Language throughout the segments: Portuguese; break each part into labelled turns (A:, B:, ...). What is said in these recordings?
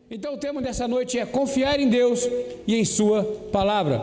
A: Então o tema dessa noite é confiar em Deus e em sua palavra.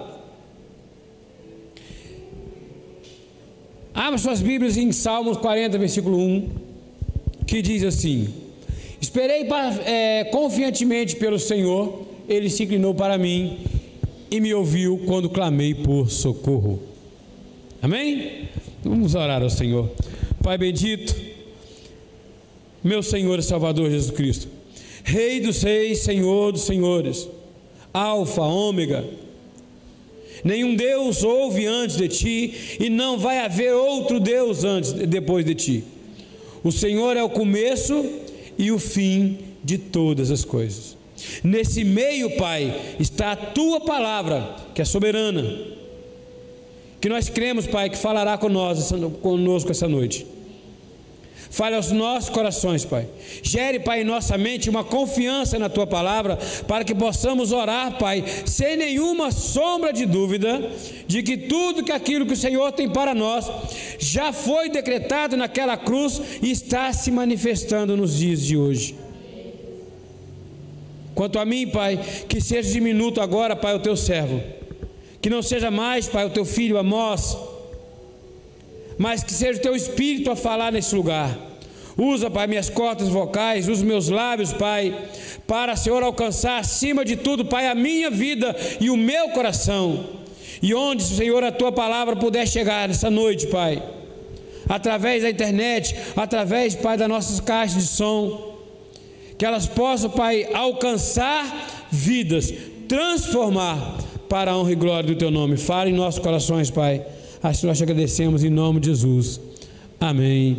A: Abra suas Bíblias em Salmos 40, versículo 1, que diz assim: esperei confiantemente pelo Senhor, Ele se inclinou para mim e me ouviu quando clamei por socorro. Amém? Vamos orar ao Senhor. Pai bendito, meu Senhor e Salvador Jesus Cristo, Rei dos reis, Senhor dos senhores, Alfa, Ômega, nenhum Deus houve antes de ti, e não vai haver outro Deus depois de ti. O Senhor é o começo e o fim de todas as coisas. Nesse meio, Pai, está a tua palavra, que é soberana, que nós cremos, Pai, que falará conosco essa noite. Fale aos nossos corações, Pai. Gere, Pai, em nossa mente uma confiança na Tua palavra, para que possamos orar, Pai, sem nenhuma sombra de dúvida, de que tudo aquilo que o Senhor tem para nós, já foi decretado naquela cruz e está se manifestando nos dias de hoje. Quanto a mim, Pai, que seja diminuto agora, Pai, o Teu servo, que não seja mais, Pai, o Teu filho Amós, mas que seja o Teu Espírito a falar nesse lugar. Usa, Pai, minhas cordas vocais, usa meus lábios, Pai, para, Senhor, alcançar acima de tudo, Pai, a minha vida e o meu coração. E onde, Senhor, a Tua palavra puder chegar nessa noite, Pai, através da internet, através, Pai, das nossas caixas de som, que elas possam, Pai, alcançar vidas, transformar para a honra e glória do Teu nome. Fala em nossos corações, Pai. Assim nós te agradecemos em nome de Jesus. Amém.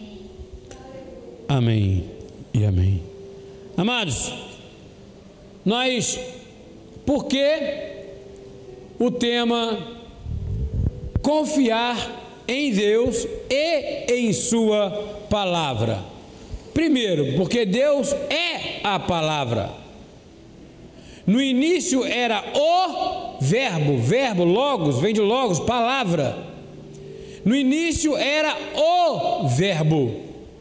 A: Amém e amém. Amados, por que o tema confiar em Deus e em sua palavra? Primeiro, porque Deus é a palavra. No início era o verbo, logos, vem de logos, palavra. No início era o verbo.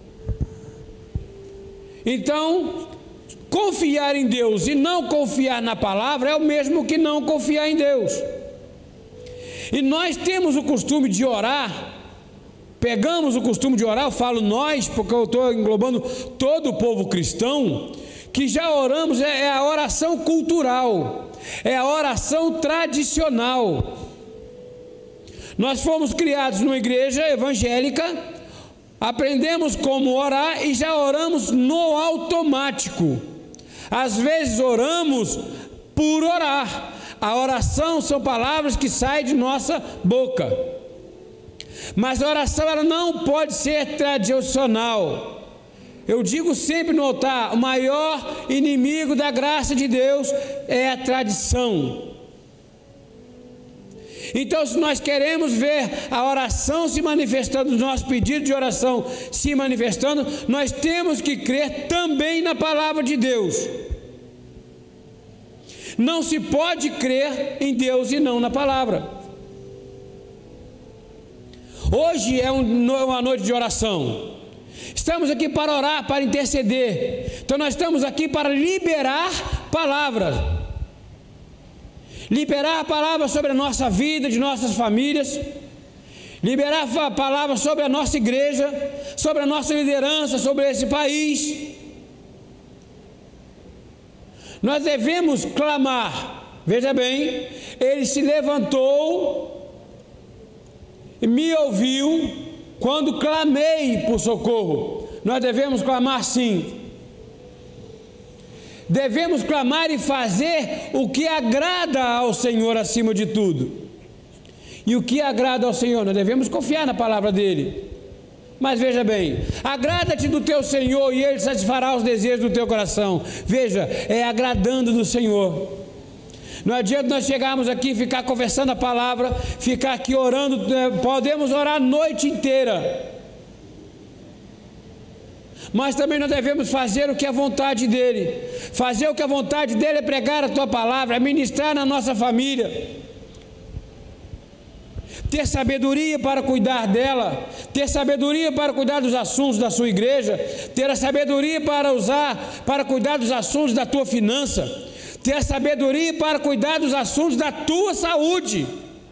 A: Então, confiar em Deus e não confiar na palavra é o mesmo que não confiar em Deus. E nós temos o costume de orar, pegamos o costume de orar, eu falo nós, porque eu estou englobando todo o povo cristão, que já oramos, é a oração cultural, é a oração tradicional. Nós fomos criados numa igreja evangélica, aprendemos como orar e já oramos no automático. Às vezes oramos por orar. A oração são palavras que saem de nossa boca, mas a oração ela não pode ser tradicional. Eu digo sempre no altar, o maior inimigo da graça de Deus é a tradição. Então, se nós queremos ver a oração se manifestando, os nossos pedidos de oração se manifestando, nós temos que crer também na palavra de Deus. Não se pode crer em Deus e não na palavra. Hoje é uma noite de oração. Estamos aqui para orar, para interceder. Então nós estamos aqui para liberar palavras. Liberar a palavra sobre a nossa vida, de nossas famílias. Liberar a palavra sobre a nossa igreja, sobre a nossa liderança, sobre esse país. Nós devemos clamar. Veja bem, Ele se levantou e me ouviu quando clamei por socorro. Nós devemos clamar sim. Devemos clamar e fazer o que agrada ao Senhor acima de tudo. E o que agrada ao Senhor? Nós devemos confiar na palavra dEle. Mas veja bem, agrada-te do teu Senhor e Ele satisfará os desejos do teu coração. Veja, é agradando do Senhor. Não adianta nós chegarmos aqui e ficar conversando a palavra, ficar aqui orando, podemos orar a noite inteira, mas também nós devemos fazer o que é a vontade dEle. Fazer o que é a vontade dEle é pregar a Tua palavra, é ministrar na nossa família. ter sabedoria para cuidar dela, ter sabedoria para cuidar dos assuntos da sua igreja, ter a sabedoria para cuidar dos assuntos da tua finança, ter a sabedoria para cuidar dos assuntos da tua saúde.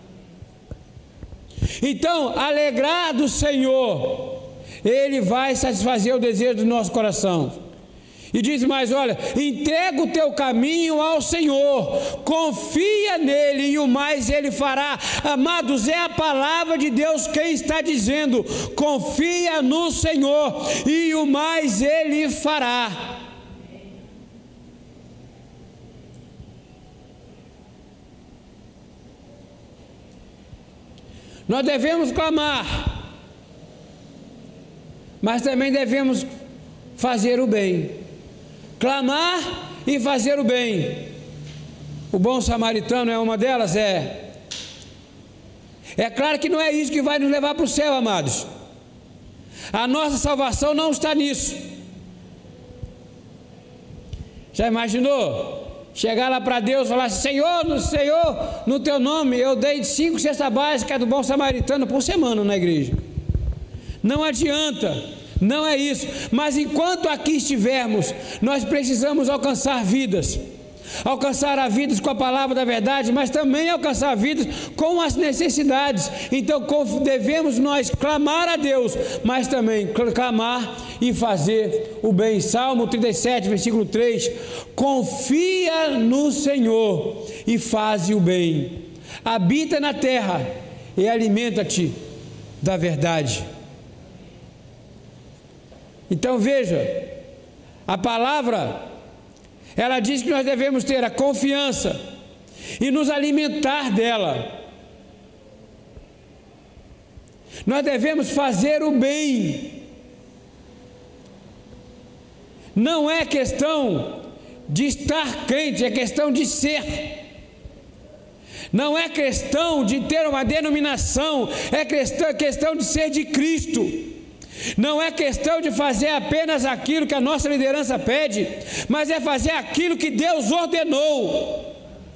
A: Então, alegrar do Senhor, Ele vai satisfazer o desejo do nosso coração. E diz mais, olha, entrega o teu caminho ao Senhor, confia nele e o mais Ele fará. Amados, é a palavra de Deus quem está dizendo, confia no Senhor e o mais Ele fará. Nós devemos clamar, mas também devemos fazer o bem. Clamar e fazer o bem. O bom samaritano é uma delas? É claro que não é isso que vai nos levar para o céu, amados. A nossa salvação não está nisso. Já imaginou? Chegar lá para Deus e falar assim, Senhor, no teu nome eu dei 5 cestas básicas do bom samaritano por semana na igreja. Não adianta, não é isso. Mas enquanto aqui estivermos, nós precisamos alcançar vidas. Alcançar a vidas com a palavra da verdade, mas também alcançar vidas com as necessidades. Então devemos nós clamar a Deus, mas também clamar e fazer o bem. Salmo 37, versículo 3: confia no Senhor e faze o bem, habita na terra e alimenta-te da verdade. Então veja, a palavra, ela diz que nós devemos ter a confiança e nos alimentar dela. Nós devemos fazer o bem. Não é questão de estar crente, é questão de ser. Não é questão de ter uma denominação, é questão de ser de Cristo. Não é questão de fazer apenas aquilo que a nossa liderança pede, mas é fazer aquilo que Deus ordenou.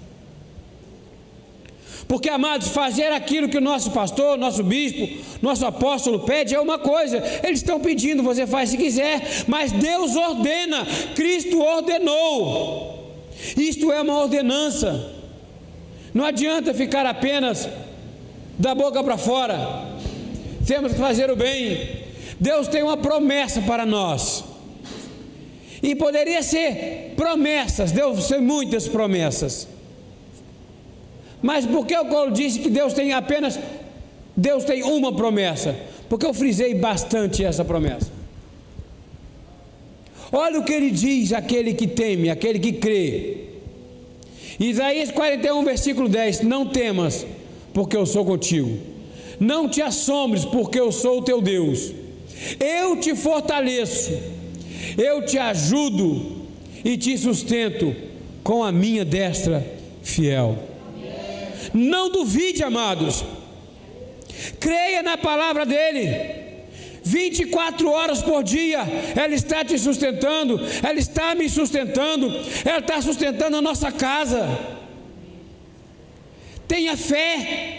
A: Porque, amados, fazer aquilo que o nosso pastor, nosso bispo, nosso apóstolo pede é uma coisa. Eles estão pedindo, você faz se quiser, mas Deus ordena, Cristo ordenou. Isto é uma ordenança. Não adianta ficar apenas da boca para fora. Temos que fazer o bem. Deus tem uma promessa para nós, e poderia ser promessas, Deus tem muitas promessas, mas por que eu disse que Deus tem uma promessa? Porque eu frisei bastante essa promessa. Olha o que ele diz, aquele que teme, aquele que crê. Isaías 41, versículo 10: não temas, porque eu sou contigo, não te assombres, porque eu sou o teu Deus. Eu te fortaleço, eu te ajudo e te sustento com a minha destra fiel. Não duvide, amados, creia na palavra dele. 24 horas por dia ela está te sustentando, ela está me sustentando, ela está sustentando a nossa casa. Tenha fé.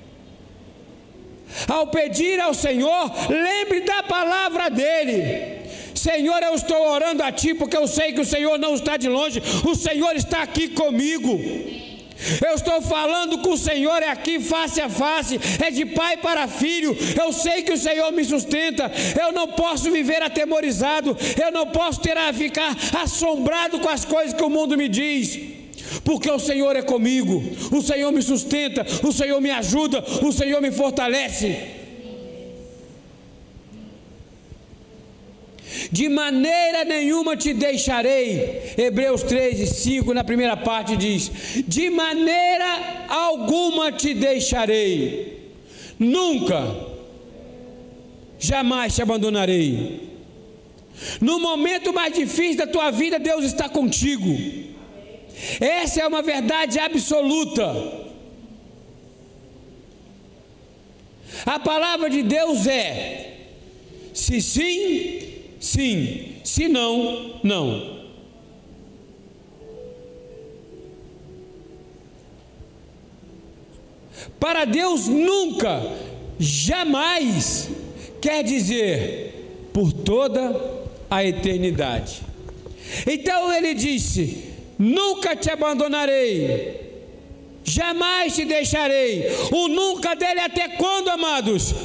A: Ao pedir ao Senhor, lembre da palavra dele. Senhor, eu estou orando a ti porque eu sei que o Senhor não está de longe, o Senhor está aqui comigo. Eu estou falando com o Senhor, é aqui face a face, é de pai para filho. Eu sei que o Senhor me sustenta. Eu não posso viver atemorizado, eu não posso ficar assombrado com as coisas que o mundo me diz, porque o Senhor é comigo, o Senhor me sustenta, o Senhor me ajuda, o Senhor me fortalece. De maneira nenhuma te deixarei. Hebreus 3:5, na primeira parte diz: de maneira alguma te deixarei, nunca, jamais te abandonarei. No momento mais difícil da tua vida, Deus está contigo. Essa é uma verdade absoluta. A palavra de Deus é: se sim, sim, se não, não. Para Deus nunca, jamais quer dizer por toda a eternidade. Então ele disse: nunca te abandonarei, jamais te deixarei. O nunca dele até quando, amados?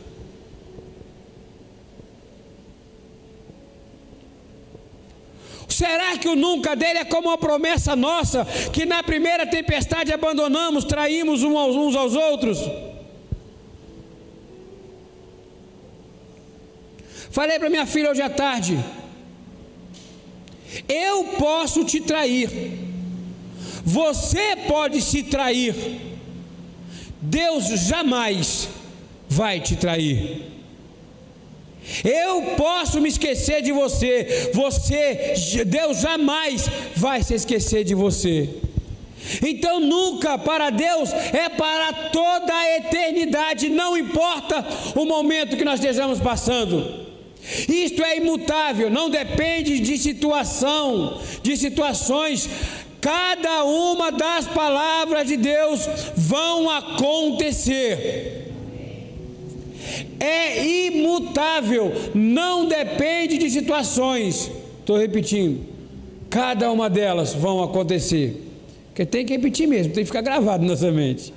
A: Será que o nunca dele é como uma promessa nossa, que na primeira tempestade abandonamos, traímos uns aos outros? Falei para minha filha hoje à tarde: eu posso te trair, você pode se trair, Deus jamais vai te trair. Eu posso me esquecer de você, Deus jamais vai se esquecer de você. Então nunca para Deus é para toda a eternidade, não importa o momento que nós estejamos passando. Isto é imutável, não depende de situações. Cada uma das palavras de Deus vão acontecer. É imutável, não depende de situações. Estou repetindo, cada uma delas vão acontecer. Porque tem que repetir mesmo, tem que ficar gravado na nossa mente.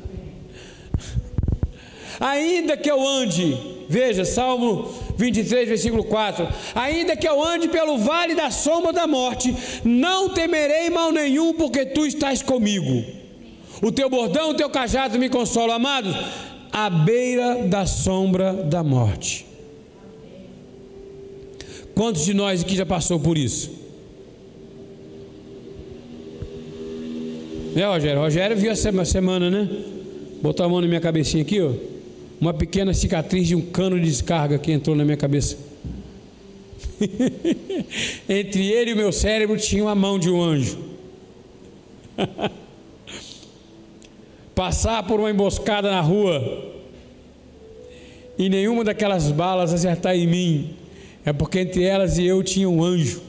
A: Ainda que eu ande, veja, Salmo 23, versículo 4: ainda que eu ande pelo vale da sombra da morte, não temerei mal nenhum, porque tu estás comigo. O teu bordão, o teu cajado me consolam. Amados, à beira da sombra da morte. Quantos de nós aqui já passou por isso? Rogério? Rogério viu essa semana, né? Botou a mão na minha cabecinha aqui, ó. Uma pequena cicatriz de um cano de descarga que entrou na minha cabeça. Entre ele e o meu cérebro tinha uma mão de um anjo. Passar por uma emboscada na rua e nenhuma daquelas balas acertar em mim, é porque entre elas e eu tinha um anjo.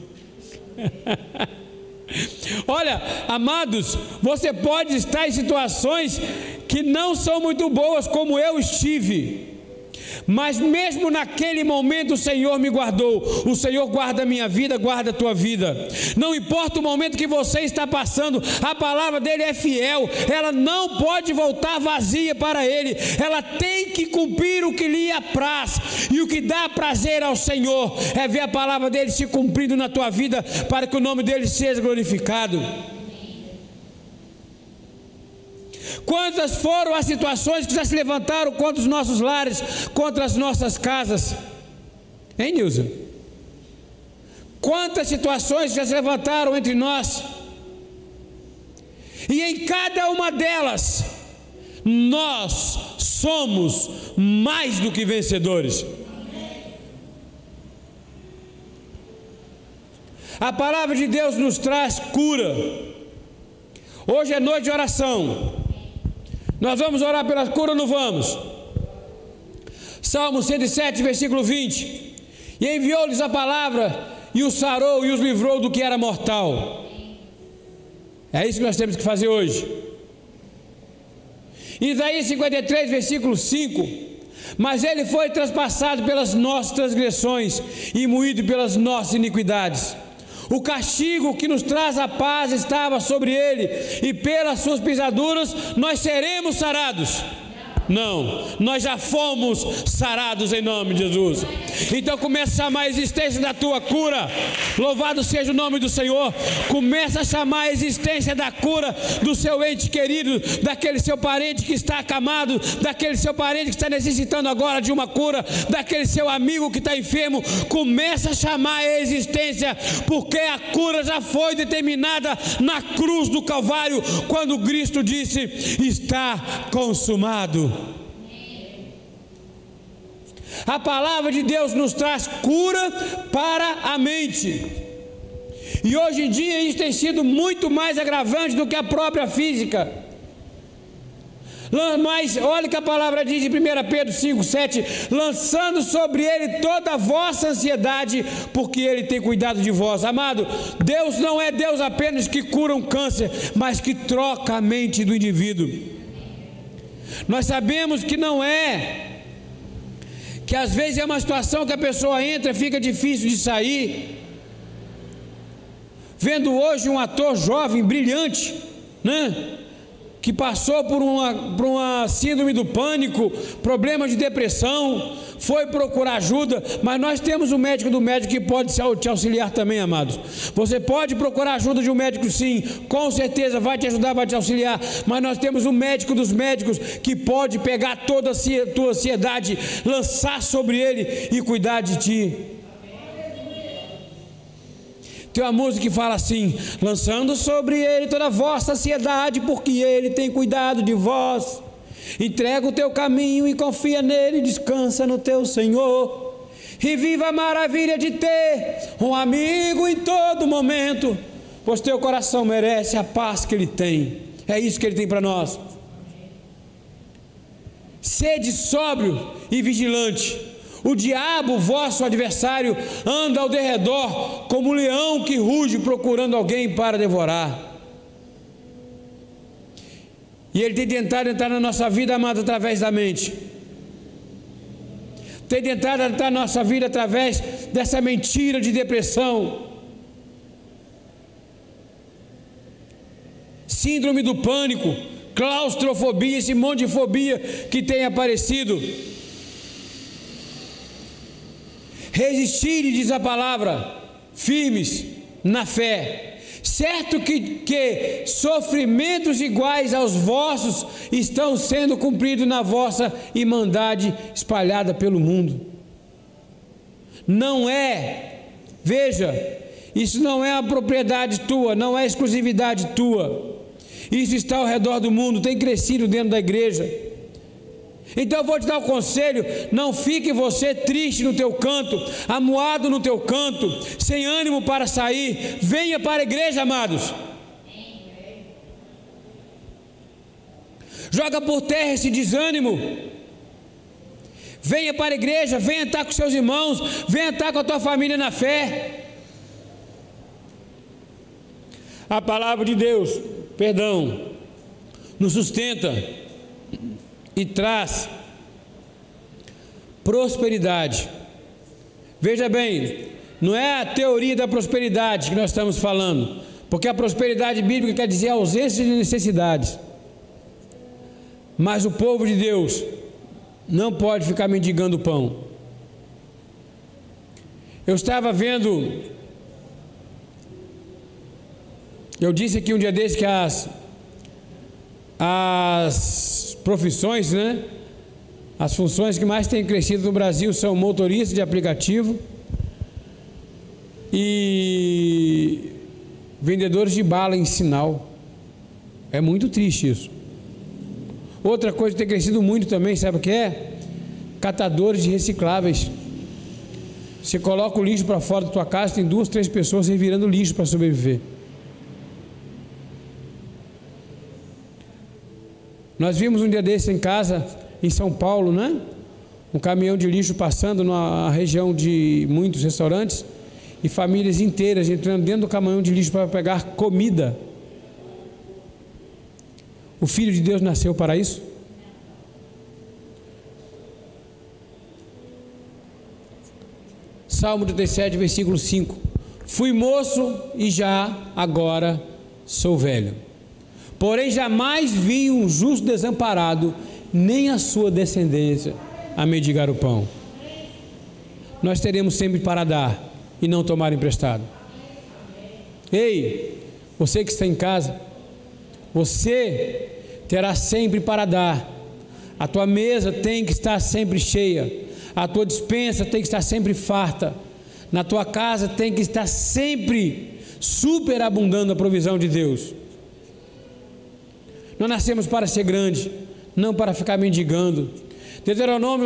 A: Olha, amados, você pode estar em situações que não são muito boas, como eu estive, mas mesmo naquele momento o Senhor me guardou. O Senhor guarda a minha vida, guarda a tua vida. Não importa o momento que você está passando, a palavra dele é fiel, ela não pode voltar vazia para ele, ela tem que cumprir o que lhe apraz, e o que dá prazer ao Senhor é ver a palavra dele se cumprindo na tua vida, para que o nome dele seja glorificado. Quantas foram as situações que já se levantaram contra os nossos lares, contra as nossas casas? Hein, Nilza? Quantas situações já se levantaram entre nós? E em cada uma delas, nós somos mais do que vencedores. A palavra de Deus nos traz cura. Hoje é noite de oração. Nós vamos orar pela cura ou não vamos? Salmo 107, versículo 20: e enviou-lhes a palavra, e os sarou e os livrou do que era mortal. É isso que nós temos que fazer hoje. Isaías 53, versículo 5: mas ele foi traspassado pelas nossas transgressões e moído pelas nossas iniquidades. O castigo que nos traz a paz estava sobre ele, e pelas suas pisaduras nós seremos sarados. Não, nós já fomos sarados em nome de Jesus. Então começa a chamar a existência da tua cura. Louvado seja o nome do Senhor. Começa a chamar a existência da cura do seu ente querido, daquele seu parente que está acamado, daquele seu parente que está necessitando agora de uma cura, daquele seu amigo que está enfermo. Começa a chamar a existência, porque a cura já foi determinada na cruz do Calvário, quando Cristo disse: está consumado. A palavra de Deus nos traz cura para a mente, e hoje em dia isso tem sido muito mais agravante do que a própria física. Mas olha que a palavra diz em 1 Pedro 5,7: lançando sobre ele toda a vossa ansiedade, porque ele tem cuidado de vós. Amado, Deus não é Deus apenas que cura um câncer, mas que troca a mente do indivíduo. Nós sabemos que não é, que às vezes é uma situação que a pessoa entra e fica difícil de sair. Vendo hoje um ator jovem, brilhante, né? Que passou por uma síndrome do pânico, problema de depressão, foi procurar ajuda, mas nós temos o médico do médico que pode te auxiliar também, amados. Você pode procurar ajuda de um médico, sim, com certeza vai te ajudar, vai te auxiliar, mas nós temos o médico dos médicos que pode pegar toda a tua ansiedade, lançar sobre ele e cuidar de ti. Tem uma música que fala assim: lançando sobre ele toda a vossa ansiedade, porque ele tem cuidado de vós. Entrega o teu caminho e confia nele, descansa no teu Senhor. E viva a maravilha de ter um amigo em todo momento, pois teu coração merece a paz que ele tem. É isso que ele tem para nós. Sede sóbrio e vigilante. O diabo, vosso adversário, anda ao derredor como um leão que ruge procurando alguém para devorar. E ele tem tentado entrar na nossa vida, amado, através da mente. Tem tentado entrar na nossa vida através dessa mentira de depressão, síndrome do pânico, claustrofobia, esse monte de fobia que tem aparecido. Resistirem, diz a palavra, firmes na fé, certo que sofrimentos iguais aos vossos estão sendo cumpridos na vossa irmandade espalhada pelo mundo. Não é, veja, isso não é uma propriedade tua, não é exclusividade tua, isso está ao redor do mundo, tem crescido dentro da igreja. Então eu vou te dar um conselho: não fique você triste no teu canto, amuado no teu canto, sem ânimo para sair. Venha para a igreja, amados. Joga por terra esse desânimo. Venha para a igreja, venha estar com seus irmãos, venha estar com a tua família na fé. A palavra de Deus, nos sustenta e traz prosperidade. Veja bem, não é a teoria da prosperidade que nós estamos falando, porque a prosperidade bíblica quer dizer ausência de necessidades. Mas o povo de Deus não pode ficar mendigando pão. Eu estava vendo, eu disse aqui um dia desse que as profissões, né? As funções que mais têm crescido no Brasil são motorista de aplicativo e vendedores de bala em sinal. É muito triste isso. Outra coisa que tem crescido muito também, sabe o que é? Catadores de recicláveis. Você coloca o lixo para fora da tua casa, tem 2, 3 pessoas revirando lixo para sobreviver. Nós vimos um dia desse em casa, em São Paulo, né? Um caminhão de lixo passando numa região de muitos restaurantes e famílias inteiras entrando dentro do caminhão de lixo para pegar comida. O Filho de Deus nasceu para isso? Salmo 37, versículo 5: fui moço e já agora sou velho, porém jamais vi um justo desamparado, nem a sua descendência a mendigar o pão. Nós teremos sempre para dar e não tomar emprestado. Ei, você que está em casa, você terá sempre para dar. A tua mesa tem que estar sempre cheia, a tua despensa tem que estar sempre farta, na tua casa tem que estar sempre superabundando a provisão de Deus. Nós nascemos para ser grande, não para ficar mendigando. Deuteronômio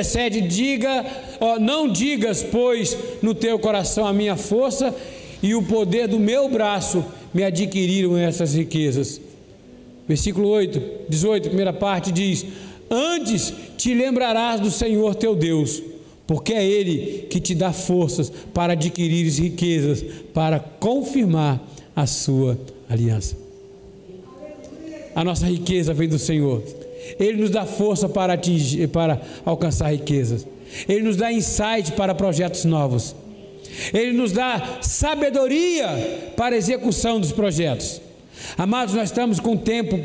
A: 8,17: não digas, pois, no teu coração, a minha força e o poder do meu braço me adquiriram essas riquezas. Versículo 18, primeira parte diz: antes te lembrarás do Senhor teu Deus, porque é Ele que te dá forças para adquirir riquezas, para confirmar a sua aliança. A nossa riqueza vem do Senhor. Ele nos dá força para alcançar riquezas. Ele nos dá insight para projetos novos. Ele nos dá sabedoria para a execução dos projetos. Amados, nós estamos com o tempo,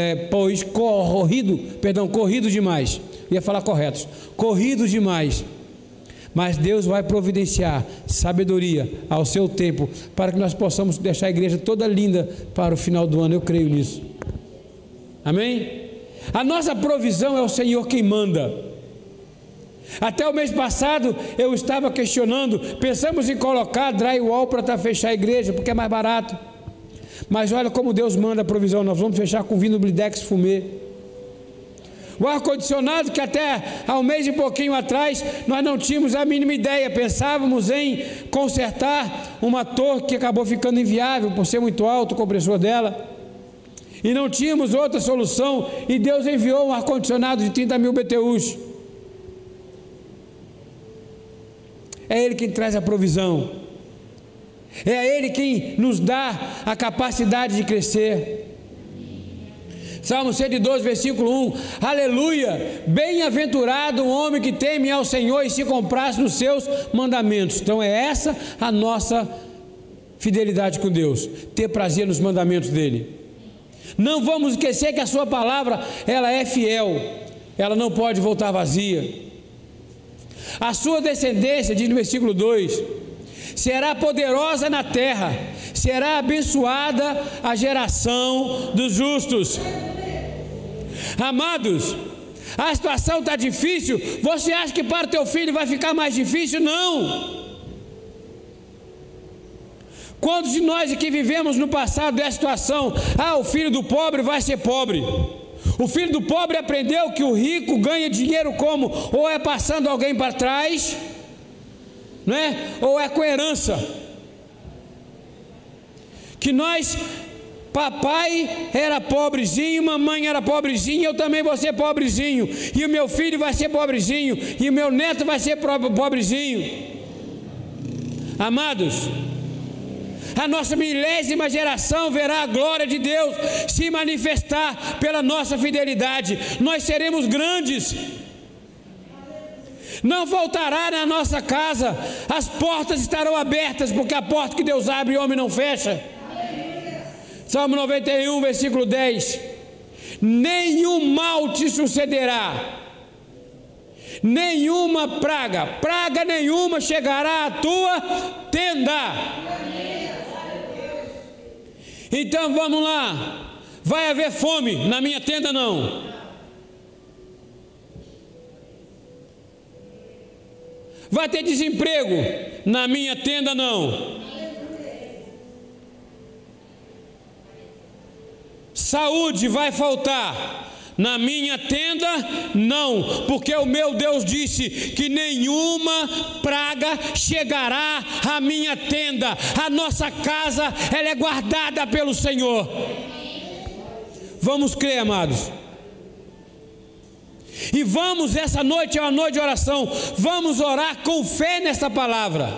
A: corrido demais. Eu ia falar corrido demais. Mas Deus vai providenciar sabedoria ao seu tempo, para que nós possamos deixar a igreja toda linda para o final do ano. Eu creio nisso. Amém? A nossa provisão é o Senhor quem manda. Até o mês passado eu estava questionando, pensamos em colocar drywall para fechar a igreja, porque é mais barato. Mas olha como Deus manda a provisão. Nós vamos fechar com vinho Blidex Fumê. O ar-condicionado, que até há um mês e pouquinho atrás nós não tínhamos a mínima ideia, pensávamos em consertar uma torre que acabou ficando inviável por ser muito alto o compressor dela, e não tínhamos outra solução, e Deus enviou um ar-condicionado de 30 mil BTUs. É Ele quem traz a provisão, é Ele quem nos dá a capacidade de crescer. Salmo 112, versículo 1, aleluia, bem-aventurado o homem que teme ao Senhor e se compraz nos seus mandamentos. Então é essa a nossa fidelidade com Deus, ter prazer nos mandamentos dEle. Não vamos esquecer que a sua palavra, ela é fiel, ela não pode voltar vazia. A sua descendência, diz no versículo 2, será poderosa na terra, será abençoada a geração dos justos. Amados, a situação está difícil. Você acha que para o teu filho vai ficar mais difícil? Não. Quantos de nós aqui vivemos no passado dessa situação? O filho do pobre vai ser pobre. O filho do pobre aprendeu que o rico ganha dinheiro como? Ou é passando alguém para trás, não é? Ou é com herança. Que nós, papai era pobrezinho, mamãe era pobrezinha, eu também vou ser pobrezinho, e o meu filho vai ser pobrezinho, e o meu neto vai ser pobrezinho. Amados, a nossa milésima geração verá a glória de Deus se manifestar pela nossa fidelidade. Nós seremos grandes. Não faltará na nossa casa, as portas estarão abertas, porque a porta que Deus abre, o homem não fecha. Salmo 91, versículo 10, nenhum mal te sucederá, nenhuma praga nenhuma chegará à tua tenda. Então vamos lá, vai haver fome na minha tenda? Não. Vai ter desemprego na minha tenda? Não. Saúde vai faltar na minha tenda? Não, porque o meu Deus disse que nenhuma praga chegará à minha tenda. A nossa casa, ela é guardada pelo Senhor. Vamos crer, amados. E vamos, essa noite é uma noite de oração, vamos orar com fé nesta palavra.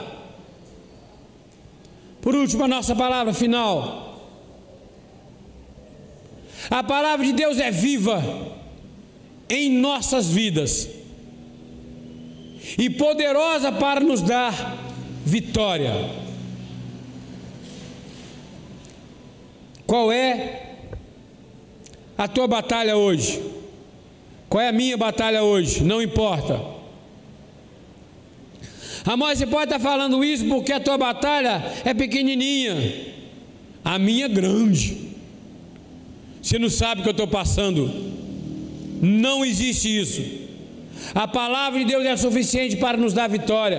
A: Por último, a nossa palavra final. A palavra de Deus é viva em nossas vidas e poderosa para nos dar vitória. Qual é a tua batalha hoje? Qual é a minha batalha hoje? Não importa. Amor, você pode estar falando isso porque a tua batalha é pequenininha, a minha é grande. Você não sabe o que eu estou passando. Não existe isso. A palavra de Deus é suficiente para nos dar vitória.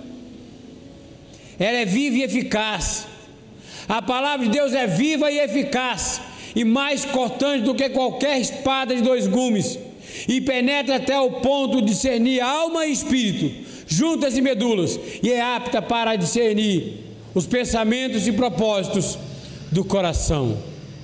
A: Ela é viva e eficaz. A palavra de Deus é viva e eficaz, e mais cortante do que qualquer espada de dois gumes, e penetra até o ponto de discernir alma e espírito, juntas e medulas, e é apta para discernir os pensamentos e propósitos do coração.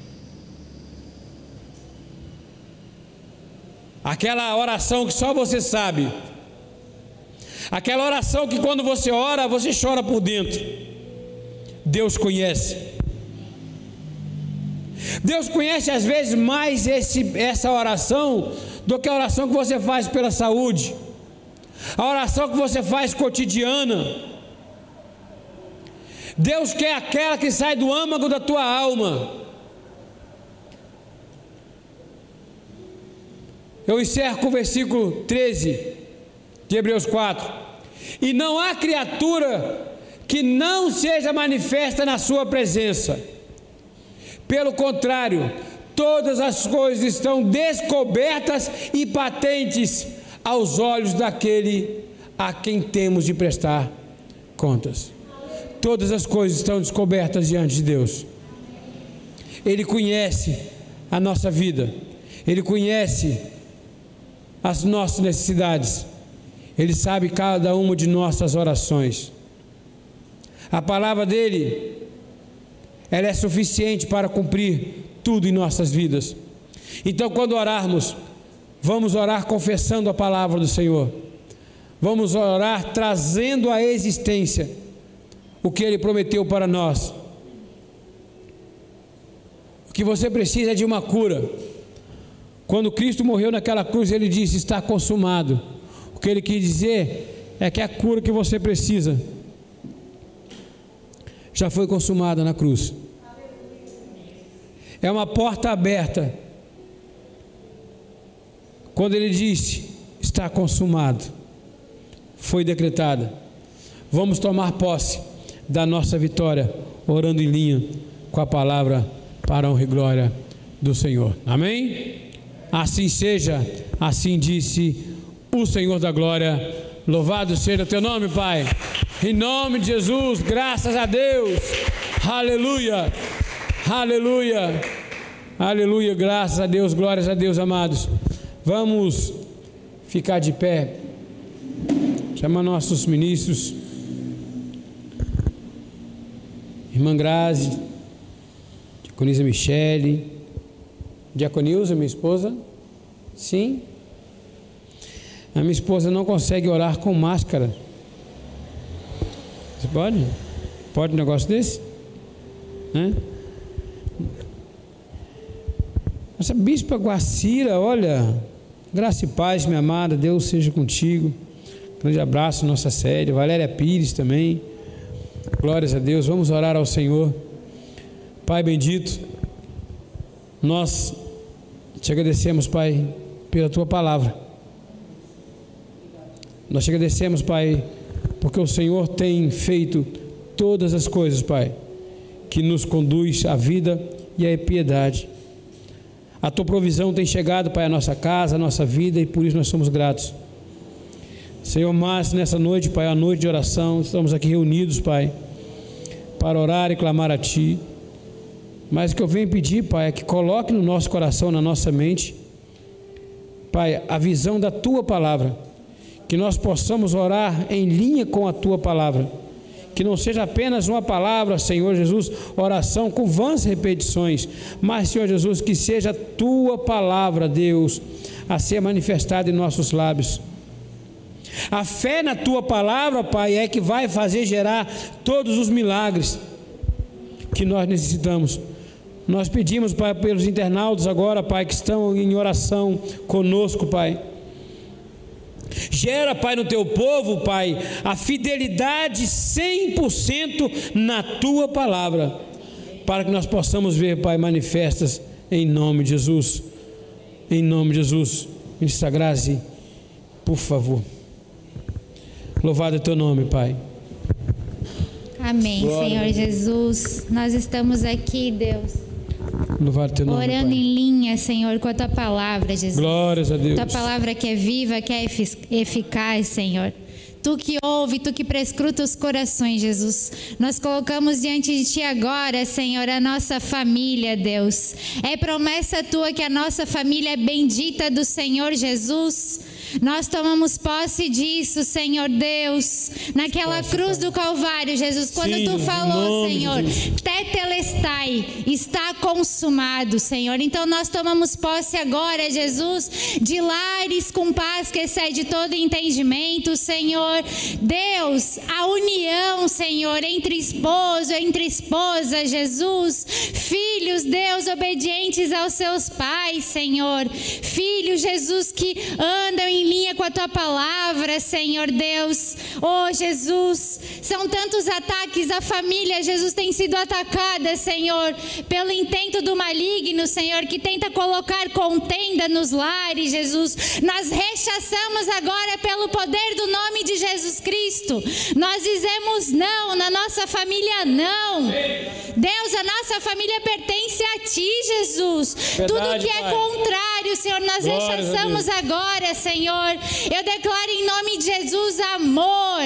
A: Aquela oração que só você sabe, aquela oração que quando você ora, você chora por dentro, Deus conhece. Deus conhece às vezes mais essa oração do que a oração que você faz pela saúde, a oração que você faz cotidiana. Deus quer aquela que sai do âmago da tua alma. Eu encerro com o versículo 13 de Hebreus 4. E não há criatura que não seja manifesta na sua presença. Pelo contrário, todas as coisas estão descobertas e patentes aos olhos daquele a quem temos de prestar contas. Todas as coisas estão descobertas diante de Deus. Ele conhece a nossa vida, Ele conhece as nossas necessidades, Ele sabe cada uma de nossas orações. A palavra dEle, ela é suficiente para cumprir tudo em nossas vidas. Então, quando orarmos, vamos orar confessando a palavra do Senhor. Vamos orar trazendo à existência o que Ele prometeu para nós. O que você precisa é de uma cura. Quando Cristo morreu naquela cruz, Ele disse: está consumado. O que Ele quis dizer é que a cura que você precisa já foi consumada na cruz. É uma porta aberta. Quando Ele disse: está consumado, foi decretada. Vamos tomar posse da nossa vitória, orando em linha com a palavra, para a honra e glória do Senhor. Amém? Assim seja, assim disse o Senhor da glória. Louvado seja o teu nome, Pai, em nome de Jesus. Graças a Deus. Aleluia, aleluia, aleluia. Graças a Deus, glórias a Deus, amados. Vamos ficar de pé. Chama nossos ministros. Irmã Grazi, Diaconisa Michele, Diaconilza, minha esposa. Sim. A minha esposa não consegue orar com máscara. Você pode? Pode um negócio desse? Nossa bispa Guacira, olha, graça e paz, minha amada, Deus seja contigo. Grande abraço, nossa série. Valéria Pires também. Glórias a Deus. Vamos orar ao Senhor. Pai bendito, nós te agradecemos, Pai, pela tua palavra. Nós te agradecemos, Pai, porque o Senhor tem feito todas as coisas, Pai, que nos conduz à vida e à piedade. A tua provisão tem chegado, Pai, à nossa casa, à nossa vida, e por isso nós somos gratos. Senhor, mas nessa noite, Pai, a noite de oração, estamos aqui reunidos, Pai, para orar e clamar a Ti. Mas o que eu venho pedir, Pai, é que coloque no nosso coração, na nossa mente, Pai, a visão da Tua palavra, que nós possamos orar em linha com a Tua palavra, que não seja apenas uma palavra, Senhor Jesus, oração com vãs repetições, mas, Senhor Jesus, que seja a Tua palavra, Deus, a ser manifestada em nossos lábios. A fé na Tua palavra, Pai, é que vai fazer gerar todos os milagres que nós necessitamos. Nós pedimos, Pai, pelos internautas agora, Pai, que estão em oração conosco, Pai. Gera, Pai, no Teu povo, Pai, a fidelidade 100% na Tua palavra, para que nós possamos ver, Pai, manifestas em nome de Jesus. Em nome de Jesus. Ministra Grazi, por favor. Louvado é Teu nome, Pai.
B: Amém, glória, Senhor Jesus. Nós estamos aqui, Deus,
A: louvado Teu nome,
B: orando, Pai, em linha, Senhor, com a Tua palavra, Jesus.
A: Glórias a Deus.
B: Tua palavra que é viva, que é eficaz, Senhor. Tu que ouve, Tu que prescruta os corações, Jesus. Nós colocamos diante de Ti agora, Senhor, a nossa família, Deus. É promessa Tua que a nossa família é bendita do Senhor Jesus. Nós tomamos posse disso, Senhor Deus, naquela cruz do Calvário, Jesus, quando
A: Sim,
B: Tu falou, Senhor,
A: Jesus.
B: tetelestai, está consumado, Senhor. Então nós tomamos posse agora, Jesus, de lares com paz que excede todo entendimento, Senhor. Deus, a união, Senhor, entre esposo, entre esposa, Jesus. Filhos, Deus, obedientes aos seus pais, Senhor. Filhos, Jesus, que andam em linha com a Tua palavra, Senhor Deus. Oh, Jesus, são tantos ataques à família, Jesus, tem sido atacada, Senhor, pelo intento do maligno, Senhor, que tenta colocar contenda nos lares, Jesus. Nós rechaçamos agora pelo poder do nome de Jesus Cristo. Nós dizemos não, na nossa família não. Deus, a nossa família pertence a Ti, Jesus. Tudo que é contrário, Senhor, nós rechaçamos agora, Senhor. Eu declaro em nome de Jesus amor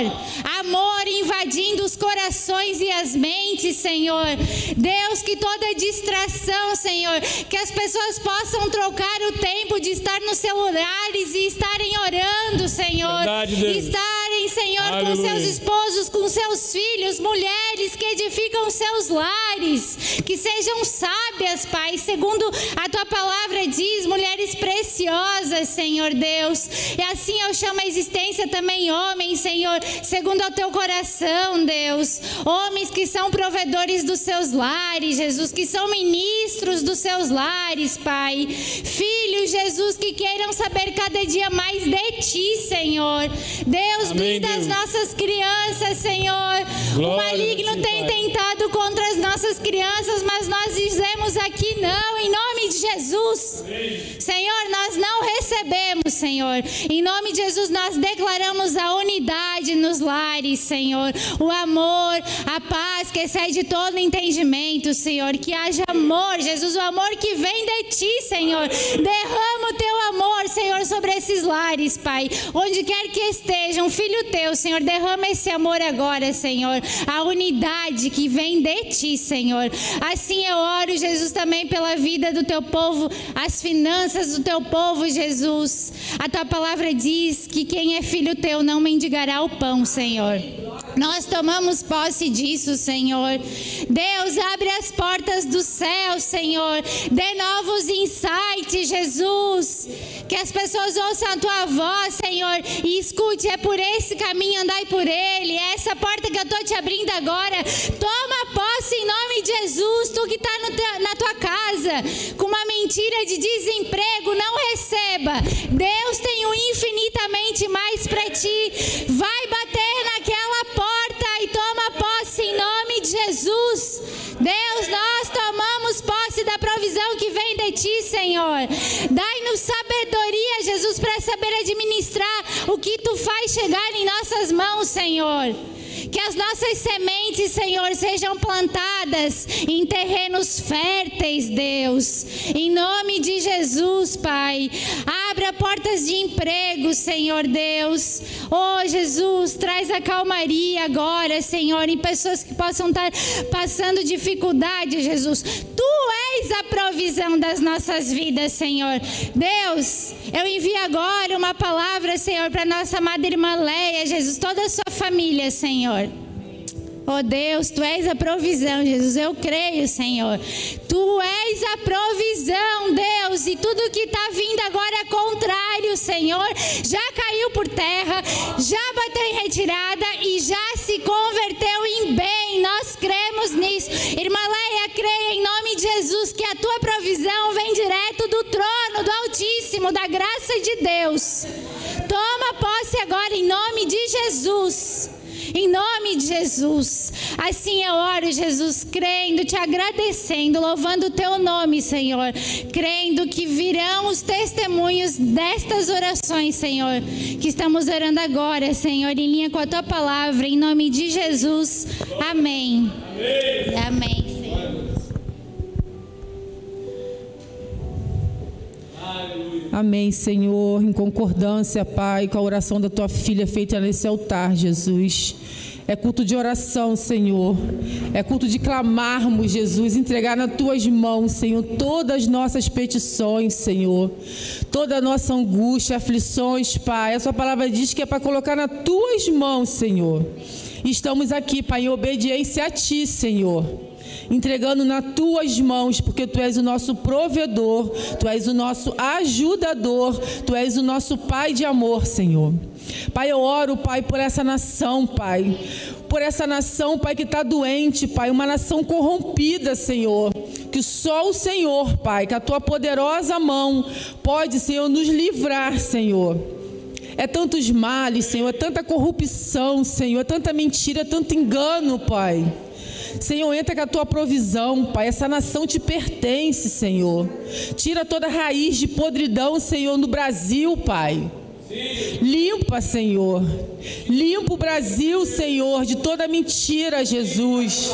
B: invadindo os corações e as mentes, Senhor. Deus, que toda distração, Senhor, que as pessoas possam trocar o tempo de estar nos celulares e estarem orando, Senhor. Estarem, Senhor,
A: Aleluia.
B: com seus esposos, com seus filhos, mulheres que edificam seus lares, que sejam sábias, Pai, segundo a Tua palavra diz, mulheres preciosas, Senhor Deus. E assim eu chamo a existência também homens, Senhor, segundo ao Teu coração, Deus. Homens que são provedores dos seus lares, Jesus, que são ministros dos seus lares, Pai. Filhos, Jesus, que queiram saber cada dia mais de Ti, Senhor. Deus, blinda as nossas crianças, Senhor. O maligno tem tentado contra as nossas crianças, mas nós dizemos aqui não, em nome de Jesus. Senhor, nós não recebemos, Senhor. Em nome de Jesus, nós declaramos a unidade nos lares, Senhor. O amor, a paz que excede todo entendimento, Senhor. Que haja amor, Jesus, o amor que vem de Ti, Senhor. Derrama o Teu amor, Senhor, sobre esses lares, Pai. Onde quer que estejam, filho Teu, Senhor, derrama esse amor agora, Senhor. A unidade que vem de Ti, Senhor. Assim eu oro, Jesus, também pela vida do Teu povo, as finanças do Teu povo, Jesus. A Tua palavra diz que quem é filho Teu não mendigará o pão, Senhor. Nós tomamos posse disso, Senhor. Deus, abre as portas do céu, Senhor. Dê novos insights, Jesus. Que as pessoas ouçam a Tua voz, Senhor, e escute, é por esse caminho, andai por ele. É essa porta que eu estou te abrindo agora. Toma posse em nome de Jesus. Tu que está na tua casa com uma mentira de desemprego, não receba. Deus tem o infinitamente mais para ti. Vai bater naquela porta e toma posse em nome de Jesus. Deus, nós tomamos posse da provisão que vem de Ti, Senhor. Dai-nos sabedoria, Jesus, para saber administrar o que Tu faz chegar em nossas mãos, Senhor. Que as nossas sementes, Senhor, sejam plantadas em terrenos férteis, Deus. Em nome de Jesus, Pai. Abra portas de emprego, Senhor Deus. Oh, Jesus, traz a calmaria agora, Senhor, em pessoas que possam estar passando dificuldade, Jesus. Tu és a provisão das nossas vidas, Senhor. Deus, eu envio agora uma palavra, Senhor, para nossa amada irmã Leia, Jesus, toda a sua família, Senhor. Oh Deus, Tu és a provisão, Jesus, eu creio, Senhor. Tu és a provisão, Deus, e tudo que está vindo agora é contrário, Senhor, já caiu por terra, já bateu em retirada e já se converteu em bem. Nós cremos nisso. Irmã Leia, creia em nome de Jesus que a Tua provisão vem direto do trono do Altíssimo, da graça de Deus. Toma posse agora em nome de Jesus. Em nome de Jesus. Assim eu oro, Jesus, crendo, Te agradecendo, louvando o Teu nome, Senhor. Crendo que virão os testemunhos destas orações, Senhor, que estamos orando agora, Senhor, em linha com a Tua palavra, em nome de Jesus. Amém. Amém. Amém, Senhor.
C: Amém, Senhor, em concordância, Pai, com a oração da Tua filha feita nesse altar, Jesus. É culto de oração, Senhor. É culto de clamarmos, Jesus, entregar nas Tuas mãos, Senhor, todas as nossas petições, Senhor. Toda a nossa angústia, aflições, Pai. A Sua palavra diz que é para colocar nas Tuas mãos, Senhor. E estamos aqui, Pai, em obediência a Ti, Senhor. Entregando nas Tuas mãos, porque Tu és o nosso provedor, Tu és o nosso ajudador, Tu és o nosso Pai de amor, Senhor. Pai, eu oro, Pai, por essa nação, Pai. Por essa nação, Pai, que está doente, Pai. Uma nação corrompida, Senhor. Que só o Senhor, Pai, que a Tua poderosa mão pode, Senhor, nos livrar, Senhor. É tantos males, Senhor, é tanta corrupção, Senhor, é tanta mentira, é tanto engano, Pai. Senhor, entra com a Tua provisão, Pai. Essa nação Te pertence, Senhor. Tira toda raiz de podridão, Senhor, no Brasil, Pai. Limpa, Senhor. Limpa o Brasil, Senhor, de toda mentira, Jesus.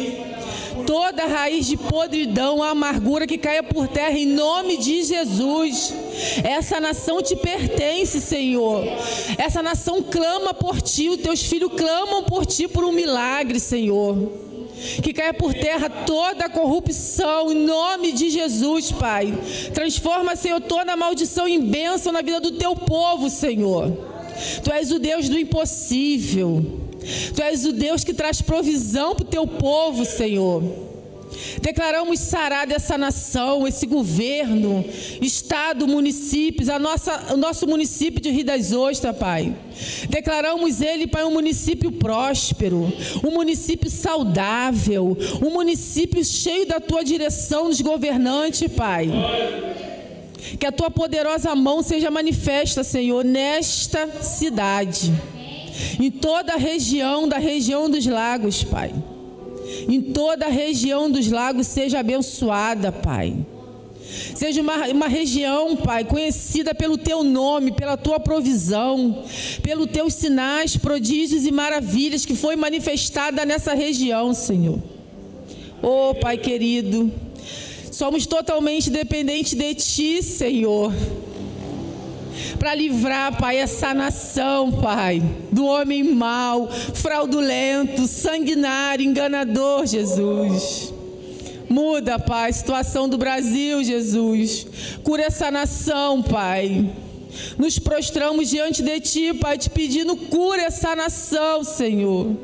C: Toda raiz de podridão, a amargura que caia por terra, em nome de Jesus. Essa nação Te pertence, Senhor. Essa nação clama por Ti, os Teus filhos clamam por Ti por um milagre, Senhor. Que caia por terra toda a corrupção, em nome de Jesus, Pai. Transforma, Senhor, toda a maldição em bênção na vida do Teu povo, Senhor. Tu és o Deus do impossível. Tu és o Deus que traz provisão para o Teu povo, Senhor. Declaramos sarar dessa nação, esse governo, estado, municípios, o nosso município de Rio das Ostras, Pai. Declaramos ele, Pai, um município próspero, um município saudável, um município cheio da Tua direção dos governantes, Pai. Que a Tua poderosa mão seja manifesta, Senhor, nesta cidade, em toda a região dos lagos, Pai. Em toda a região dos lagos seja abençoada, Pai. Seja uma região, Pai, conhecida pelo Teu nome, pela Tua provisão, pelos Teus sinais, prodígios e maravilhas que foi manifestada nessa região, Senhor. Oh, Pai querido, somos totalmente dependentes de Ti, Senhor, para livrar, Pai, essa nação, Pai, do homem mau, fraudulento, sanguinário, enganador, Jesus. Muda, Pai, a situação do Brasil, Jesus. Cura essa nação, Pai. Nos prostramos diante de Ti, Pai, te pedindo, cura essa nação, Senhor.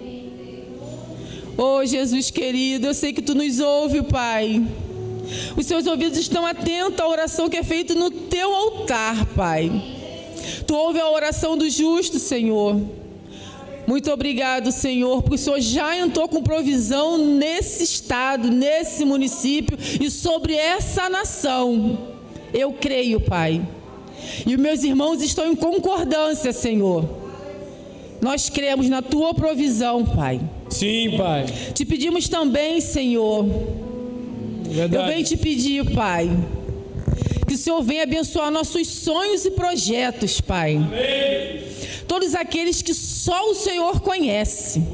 C: Oh, Jesus querido, eu sei que Tu nos ouve, Pai. Os Seus ouvidos estão atentos à oração que é feita no Teu altar, Pai. Tu ouve a oração do justo, Senhor. Muito obrigado, Senhor, porque o Senhor já entrou com provisão nesse estado, nesse município e sobre essa nação. Eu creio, Pai. E os meus irmãos estão em concordância, Senhor. Nós cremos na Tua provisão, Pai.
A: Sim, Pai.
C: Te pedimos também, Senhor.
A: Verdade.
C: Eu venho te pedir, Pai, que o Senhor venha abençoar nossos sonhos e projetos, Pai.
A: Amém.
C: Todos aqueles que só o Senhor conhece.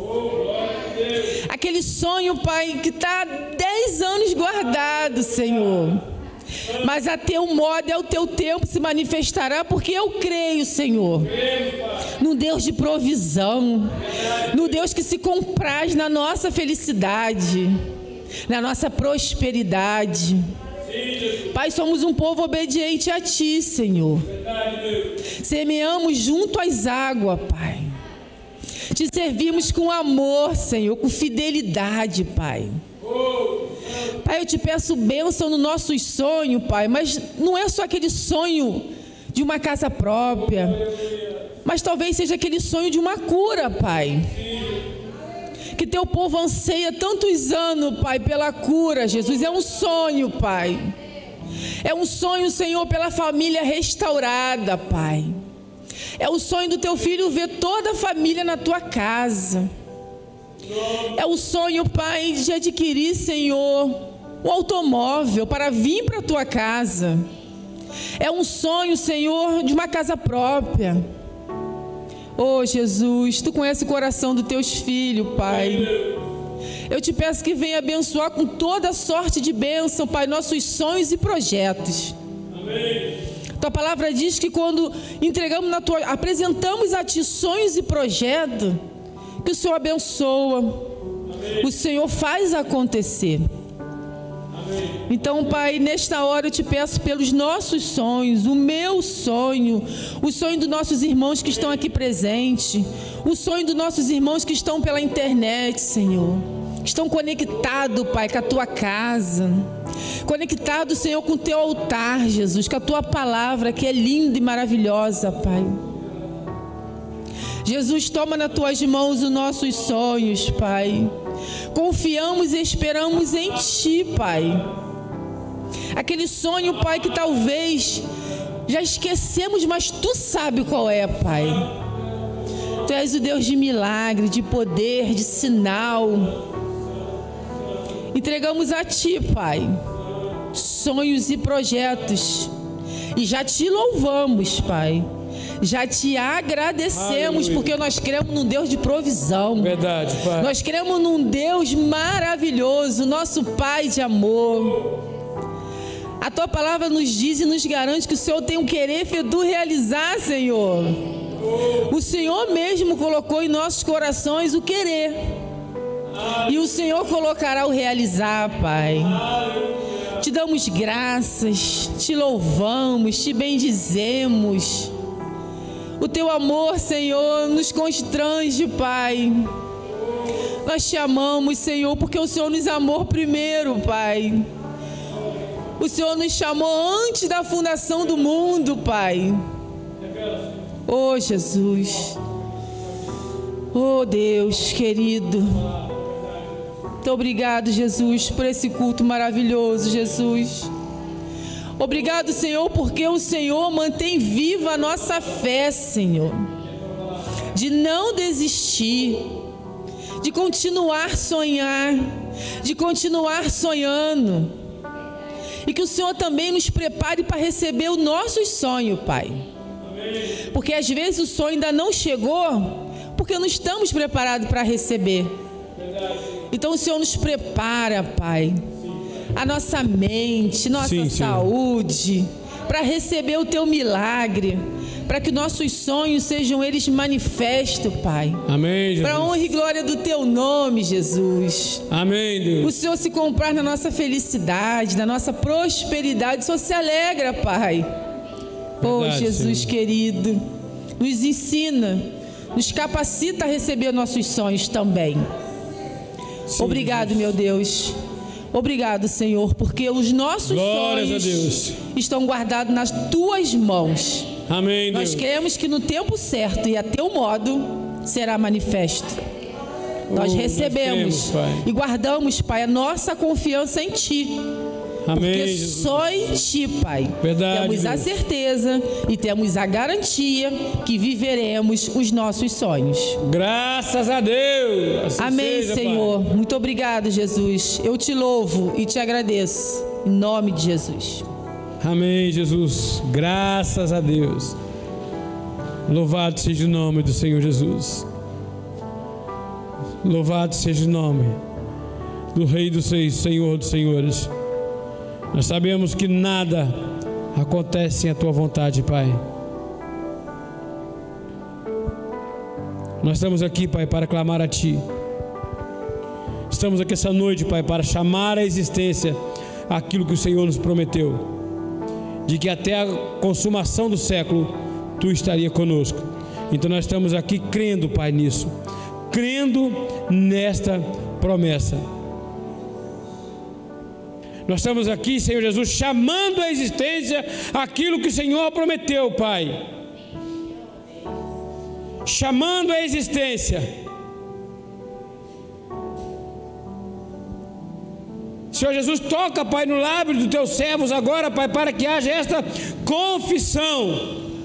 C: Aquele sonho, Pai, que está há 10 anos guardado, Senhor. Mas a Teu modo, o Teu tempo se manifestará, porque eu creio, Senhor, no Deus de provisão, no Deus que se compraz na nossa felicidade, na nossa prosperidade. Pai, somos um povo obediente a Ti, Senhor. Semeamos junto às águas, Pai. Te servimos com amor, Senhor, com fidelidade, Pai. Pai, eu Te peço bênção no nosso sonho, Pai, mas não é só aquele sonho de uma casa própria, mas talvez seja aquele sonho de uma cura, Pai. Que Teu povo anseia tantos anos, Pai, pela cura, Jesus. É um sonho, Pai. É um sonho, Senhor, pela família restaurada, Pai. É o sonho do Teu filho ver toda a família na Tua casa. É o sonho, Pai, de adquirir, Senhor, um automóvel para vir para a Tua casa. É um sonho, Senhor, de uma casa própria. Oh, Jesus, Tu conheces o coração dos Teus filhos, Pai. Eu Te peço que venha abençoar com toda sorte de bênção, Pai, nossos sonhos e projetos. Amém. Tua palavra diz que quando entregamos apresentamos a Ti sonhos e projetos, porque o Senhor abençoa, o Senhor faz acontecer. Então, Pai, nesta hora eu te peço pelos nossos sonhos, o meu sonho, o sonho dos nossos irmãos que estão aqui presentes, o sonho dos nossos irmãos que estão pela internet, Senhor, que estão conectados, Pai, com a Tua casa, conectados, Senhor, com o Teu altar, Jesus, com a Tua palavra, que é linda e maravilhosa, Pai. Jesus, toma nas Tuas mãos os nossos sonhos, Pai. Confiamos e esperamos em Ti, Pai. Aquele sonho, Pai, que talvez já esquecemos, mas Tu sabe qual é, Pai. Tu és o Deus de milagre, de poder, de sinal. Entregamos a Ti, Pai, sonhos e projetos. E já Te louvamos, Pai. Já Te agradecemos. Aleluia. Porque nós cremos num Deus de provisão.
A: Verdade, Pai.
C: Nós cremos num Deus maravilhoso, nosso Pai de amor. A Tua palavra nos diz e nos garante que o Senhor tem um querer feito realizar, Senhor. O Senhor mesmo colocou em nossos corações o querer. E o Senhor colocará o realizar, Pai. Te damos graças, Te louvamos, Te bendizemos. O Teu amor, Senhor, nos constrange, Pai. Nós Te amamos, Senhor, porque o Senhor nos amou primeiro, Pai. O Senhor nos chamou antes da fundação do mundo, Pai. Oh, Jesus. Oh, Deus querido. Muito obrigado, Jesus, por esse culto maravilhoso, Jesus. Obrigado, Senhor, porque o Senhor mantém viva a nossa fé, Senhor, de não desistir, de continuar a sonhar, de continuar sonhando, e que o Senhor também nos prepare para receber o nosso sonho, Pai, porque às vezes o sonho ainda não chegou, porque não estamos preparados para receber. Então o Senhor nos prepara, Pai, a nossa mente, nossa saúde, para receber o Teu milagre, para que nossos sonhos sejam eles manifestos, Pai.
A: Amém, Jesus.
C: Para a honra e glória do Teu nome, Jesus.
A: Amém, Deus.
C: O Senhor se comprar na nossa felicidade, na nossa prosperidade, o Senhor se alegra, Pai. Oh, Jesus, Senhor querido, nos ensina, nos capacita a receber nossos sonhos também. Sim, obrigado, Jesus. Meu Deus. Obrigado, Senhor, porque os nossos sonhos estão guardados nas Tuas mãos.
A: Amém,
C: Nós cremos que no tempo certo e a Teu modo será manifesto. Nós recebemos e guardamos, Pai, a nossa confiança em Ti.
A: Amém,
C: porque
A: Jesus.
C: Só em Ti, Pai,
A: verdade,
C: temos a certeza e temos a garantia que viveremos os nossos sonhos.
A: Graças a Deus. Assim
C: amém,
A: seja,
C: Senhor.
A: Pai.
C: Muito obrigado, Jesus. Eu Te louvo e Te agradeço. Em nome de Jesus.
A: Amém, Jesus. Graças a Deus. Louvado seja o nome do Senhor Jesus. Louvado seja o nome do Rei dos Reis, Senhor dos Senhores. Nós sabemos que nada acontece sem a Tua vontade, Pai. Nós estamos aqui, Pai, para clamar a Ti. Estamos aqui essa noite, Pai, para chamar à existência aquilo que o Senhor nos prometeu, de que até a consumação do século Tu estaria conosco. Então nós estamos aqui crendo, Pai, nisso, crendo nesta promessa. Nós estamos aqui, Senhor Jesus, chamando à existência aquilo que o Senhor prometeu, Pai. Chamando à existência. Senhor Jesus, toca, Pai, no lábio dos Teus servos agora, Pai, para que haja esta confissão.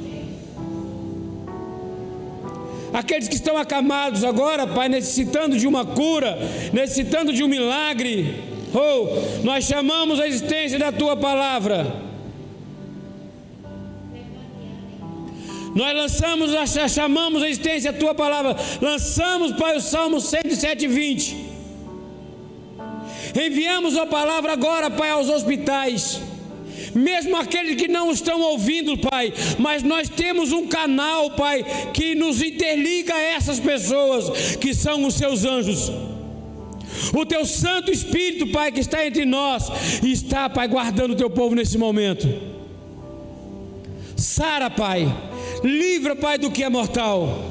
A: Aqueles que estão acamados agora, Pai, necessitando de uma cura, necessitando de um milagre. Oh, nós chamamos a existência da Tua palavra. Nós chamamos a existência da Tua palavra. Lançamos, Pai, o Salmo 107:20. Enviamos a palavra agora, Pai, aos hospitais. mesmo aqueles que não estão ouvindo, Pai, mas nós temos um canal, Pai, que nos interliga a essas pessoas que são os seus anjos. O teu Santo Espírito, Pai, que está entre nós e está, Pai, guardando o teu povo nesse momento. Sara, Pai, livra, Pai, do que é mortal.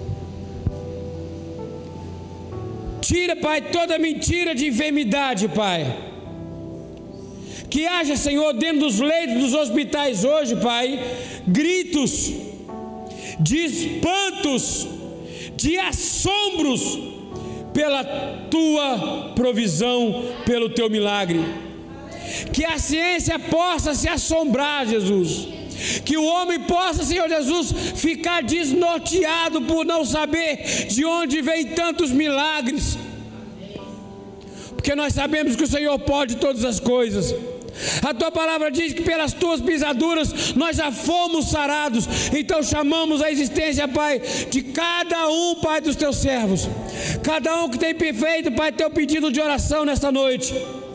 A: Tira, Pai, toda mentira de enfermidade, Pai. Que haja, Senhor, dentro dos leitos dos hospitais hoje, Pai, gritos de espantos, de assombros pela Tua provisão, pelo Teu milagre. Que a ciência possa se assombrar, Jesus. Que o homem possa, Senhor Jesus, ficar desnorteado por não saber de onde vem tantos milagres. Porque nós sabemos que o Senhor pode todas as coisas. A Tua palavra diz que pelas Tuas pisaduras nós já fomos sarados. Então chamamos a existência, Pai, de cada um, Pai, dos Teus servos. Cada um que tem feito, Pai, Teu pedido de oração nesta noite.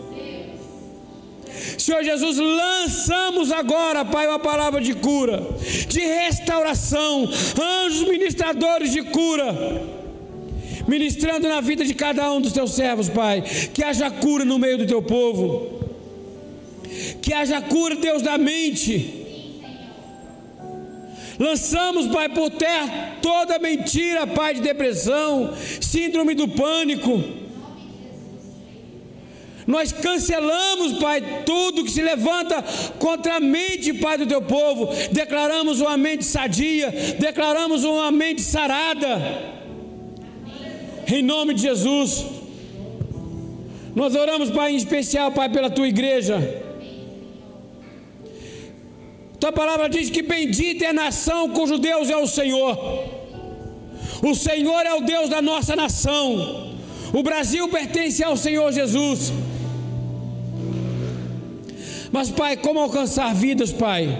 A: Senhor Jesus, lançamos agora, Pai, uma palavra de cura, de restauração, anjos ministradores de cura, ministrando na vida de cada um dos Teus servos, Pai. Que haja cura no meio do Teu povo. Que haja cura, Deus, da mente. Lançamos, Pai, por terra toda mentira, Pai, de depressão, síndrome do pânico. Nós cancelamos, Pai, tudo que se levanta contra a mente, Pai, do Teu povo. Declaramos uma mente sadia, declaramos uma mente sarada. Em nome de Jesus. Nós oramos, Pai, em especial, Pai, pela Tua igreja. Tua palavra diz que bendita é a nação cujo Deus é o Senhor. O Senhor é o Deus da nossa nação. O Brasil pertence ao Senhor Jesus. Mas, Pai, como alcançar vidas, Pai?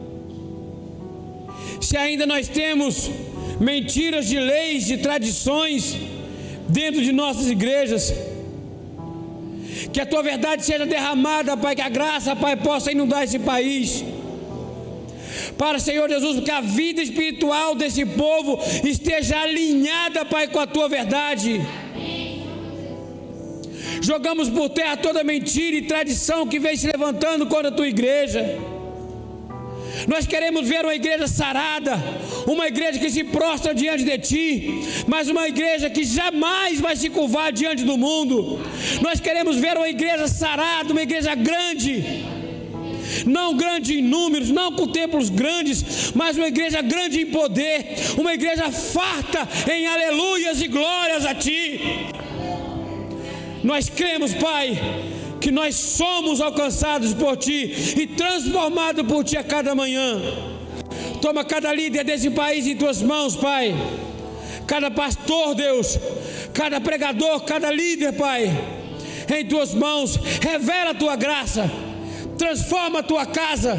A: Se ainda nós temos mentiras de leis, de tradições dentro de nossas igrejas. Que a Tua verdade seja derramada, Pai, que a graça, Pai, possa inundar esse país. Para, Senhor Jesus, que a vida espiritual desse povo esteja alinhada, Pai, com a Tua verdade. Jogamos por terra toda mentira e tradição que vem se levantando contra a Tua igreja. Nós queremos ver uma igreja sarada, uma igreja que se prostra diante de Ti, mas uma igreja que jamais vai se curvar diante do mundo. Nós queremos ver uma igreja sarada, uma igreja grande, não grande em números, não com templos grandes, mas uma igreja grande em poder, uma igreja farta em aleluias e glórias a Ti. Nós cremos, Pai, que nós somos alcançados por Ti e transformados por Ti a cada manhã. Toma cada líder desse país em Tuas mãos, Pai. Cada pastor, Deus, cada pregador, cada líder, Pai, em Tuas mãos. Revela a Tua graça. Transforma a Tua casa.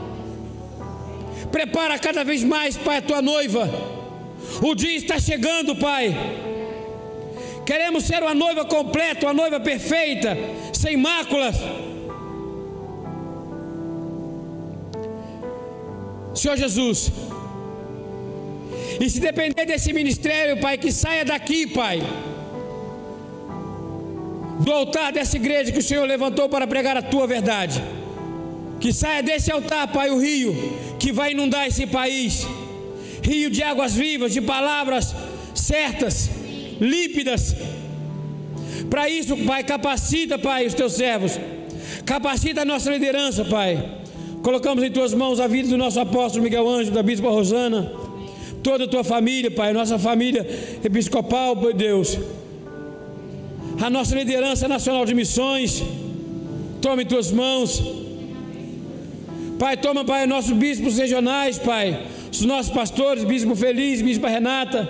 A: Prepara cada vez mais, Pai, a Tua noiva. O dia está chegando, Pai. Queremos ser uma noiva completa, uma noiva perfeita, sem máculas. Senhor Jesus, e se depender desse ministério, Pai, que saia daqui, Pai, do altar dessa igreja que o Senhor levantou para pregar a Tua verdade. Que saia desse altar, Pai, o rio que vai inundar esse país. Rio de águas vivas, de palavras certas, límpidas. Para isso, Pai, capacita, Pai, os Teus servos. Capacita a nossa liderança, Pai. Colocamos em Tuas mãos a vida do nosso apóstolo Miguel Ângelo, da Bispa Rosana, toda a Tua família, Pai, nossa família episcopal, Pai Deus. A nossa liderança nacional de missões, toma em Tuas mãos. Pai, toma, Pai, nossos bispos regionais, Pai, os nossos pastores, Bispo Feliz, Bispa Renata.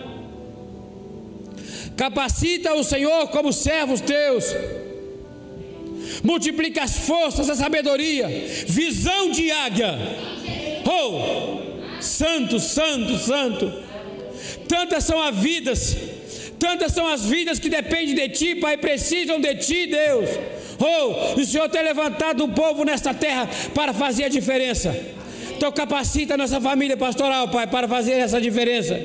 A: Capacita o Senhor como servos Teus. Multiplica as forças, a sabedoria, visão de águia. Oh, santo, santo, santo. Tantas são as vidas que dependem de Ti, Pai, precisam de Ti, Deus. Oh, o Senhor tem levantado um povo nesta terra para fazer a diferença. Então capacita a nossa família pastoral, Pai, para fazer essa diferença.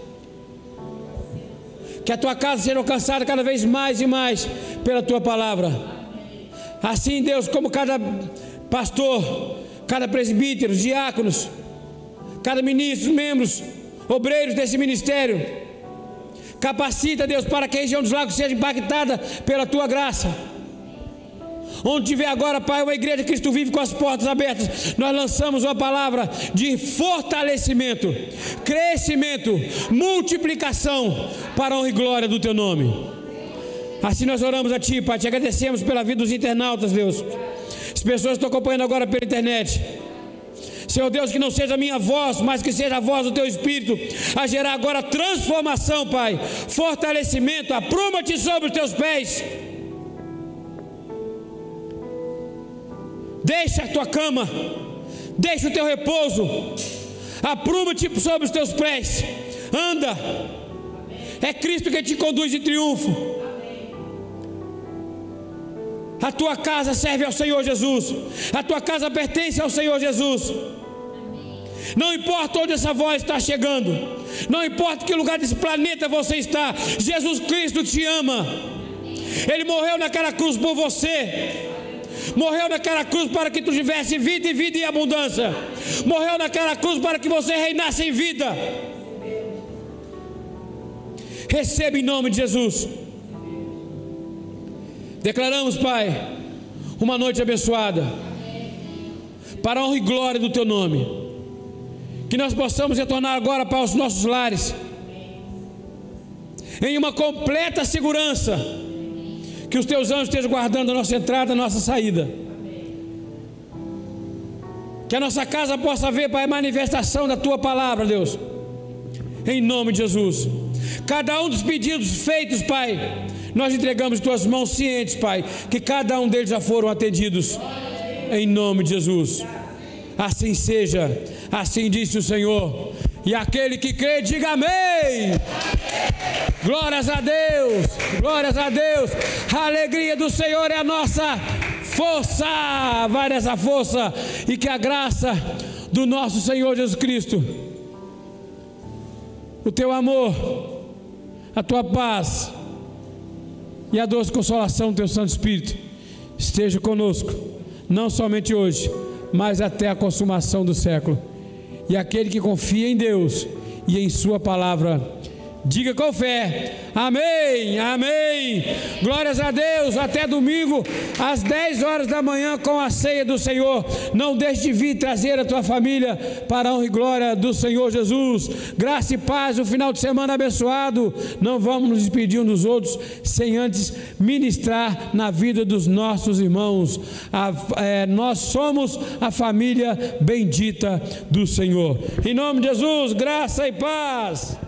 A: Que a tua casa seja alcançada cada vez mais e mais pela tua palavra. Assim, Deus, como cada pastor, cada presbítero, diáconos, cada ministro, membros, obreiros desse ministério, capacita, Deus, para que a região dos lagos seja impactada pela tua graça. Onde tiver agora, Pai, uma igreja Cristo Vive com as portas abertas, nós lançamos uma palavra de fortalecimento, crescimento, multiplicação para a honra e glória do teu nome. Assim nós oramos a Ti, Pai, te agradecemos pela vida dos internautas, Deus. As pessoas estão acompanhando agora pela internet. Senhor Deus, que não seja a minha voz, mas que seja a voz do Teu Espírito a gerar agora transformação, Pai, fortalecimento. Apruma-te sobre os Teus pés. Deixa a tua cama, deixa o teu repouso, apruma-te sobre os teus pés, anda, é Cristo que te conduz em triunfo. A tua casa serve ao Senhor Jesus, a tua casa pertence ao Senhor Jesus. Não importa onde essa voz está chegando, não importa que lugar desse planeta você está, Jesus Cristo te ama. Ele morreu naquela cruz por você. Morreu naquela cruz para que tu tivesse vida e vida em abundância. Morreu naquela cruz para que você reinasse em vida. Receba em nome de Jesus. Declaramos, Pai, uma noite abençoada, para a honra e glória do Teu nome. Que nós possamos retornar agora para os nossos lares em uma completa segurança. Que os Teus anjos estejam guardando a nossa entrada, a nossa saída. Que a nossa casa possa ver, Pai, a manifestação da Tua palavra, Deus. Em nome de Jesus. Cada um dos pedidos feitos, Pai, nós entregamos em Tuas mãos cientes, Pai, que cada um deles já foram atendidos. Em nome de Jesus. Assim seja, assim disse o Senhor. E aquele que crê, diga amém. Glórias a Deus, glórias a Deus. A alegria do Senhor é a nossa força. Vai nessa força. E que a graça do nosso Senhor Jesus Cristo, o Teu amor, a Tua paz e a doce consolação do Teu Santo Espírito esteja conosco, não somente hoje, mas até a consumação do século. E aquele que confia em Deus e em Sua palavra, diga com fé, amém, amém. Glórias a Deus. Até domingo às 10 horas da manhã com a ceia do Senhor. Não deixe de vir trazer a tua família para a honra e glória do Senhor Jesus. Graça e paz, um final de semana abençoado. Não vamos nos despedir uns dos outros sem antes ministrar na vida dos nossos irmãos. Nós somos a família bendita do Senhor. Em nome de Jesus, graça e paz.